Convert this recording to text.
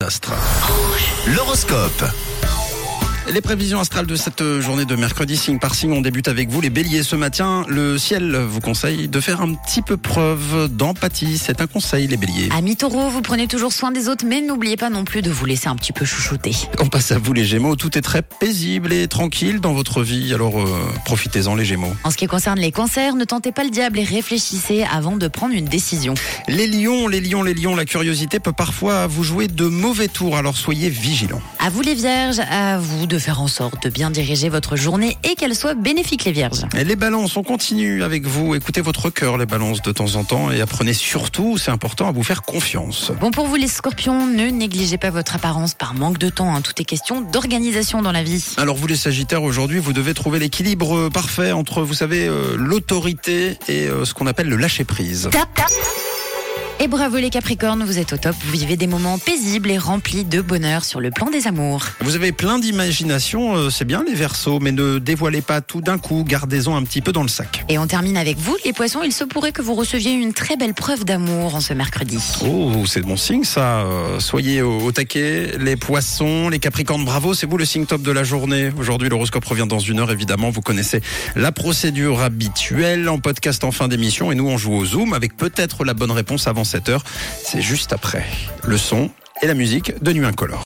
astres. L'horoscope. Les prévisions astrales de cette journée de mercredi, signe par signe, on débute avec vous les béliers. Ce matin, le ciel vous conseille de faire un petit peu preuve d'empathie. C'est un conseil, les béliers. Amis taureaux, vous prenez toujours soin des autres, mais n'oubliez pas non plus de vous laisser un petit peu chouchouter. On passe à vous les gémeaux. Tout est très paisible et tranquille dans votre vie, alors profitez-en les gémeaux. En ce qui concerne les cancers, ne tentez pas le diable et réfléchissez avant de prendre une décision. Les lions, la curiosité peut parfois vous jouer de mauvais tours, alors soyez vigilants. À vous les vierges, à vous de faire en sorte de bien diriger votre journée et qu'elle soit bénéfique les vierges. Et les balances, on continue avec vous. Écoutez votre cœur, les balances, de temps en temps, et apprenez surtout, c'est important, à vous faire confiance. Bon, pour vous les scorpions, ne négligez pas votre apparence par manque de temps. Tout est question d'organisation dans la vie. Alors vous les sagittaires, aujourd'hui, vous devez trouver l'équilibre parfait entre, vous savez, l'autorité et ce qu'on appelle le lâcher-prise. Et bravo les capricornes, vous êtes au top. Vous vivez des moments paisibles et remplis de bonheur sur le plan des amours. Vous avez plein d'imagination, c'est bien les Verseaux, mais ne dévoilez pas tout d'un coup, gardez-en un petit peu dans le sac. Et on termine avec vous, les poissons. Il se pourrait que vous receviez une très belle preuve d'amour en ce mercredi. Oh, c'est bon signe ça. Soyez au taquet, les poissons, les capricornes, bravo, c'est vous le signe top de la journée. Aujourd'hui, l'horoscope revient dans 1 heure, évidemment. Vous connaissez la procédure habituelle en podcast en fin d'émission. Et nous, on joue au Zoom avec peut-être la bonne réponse avant 7 heures. C'est juste après le son et la musique de Nuit Incolore.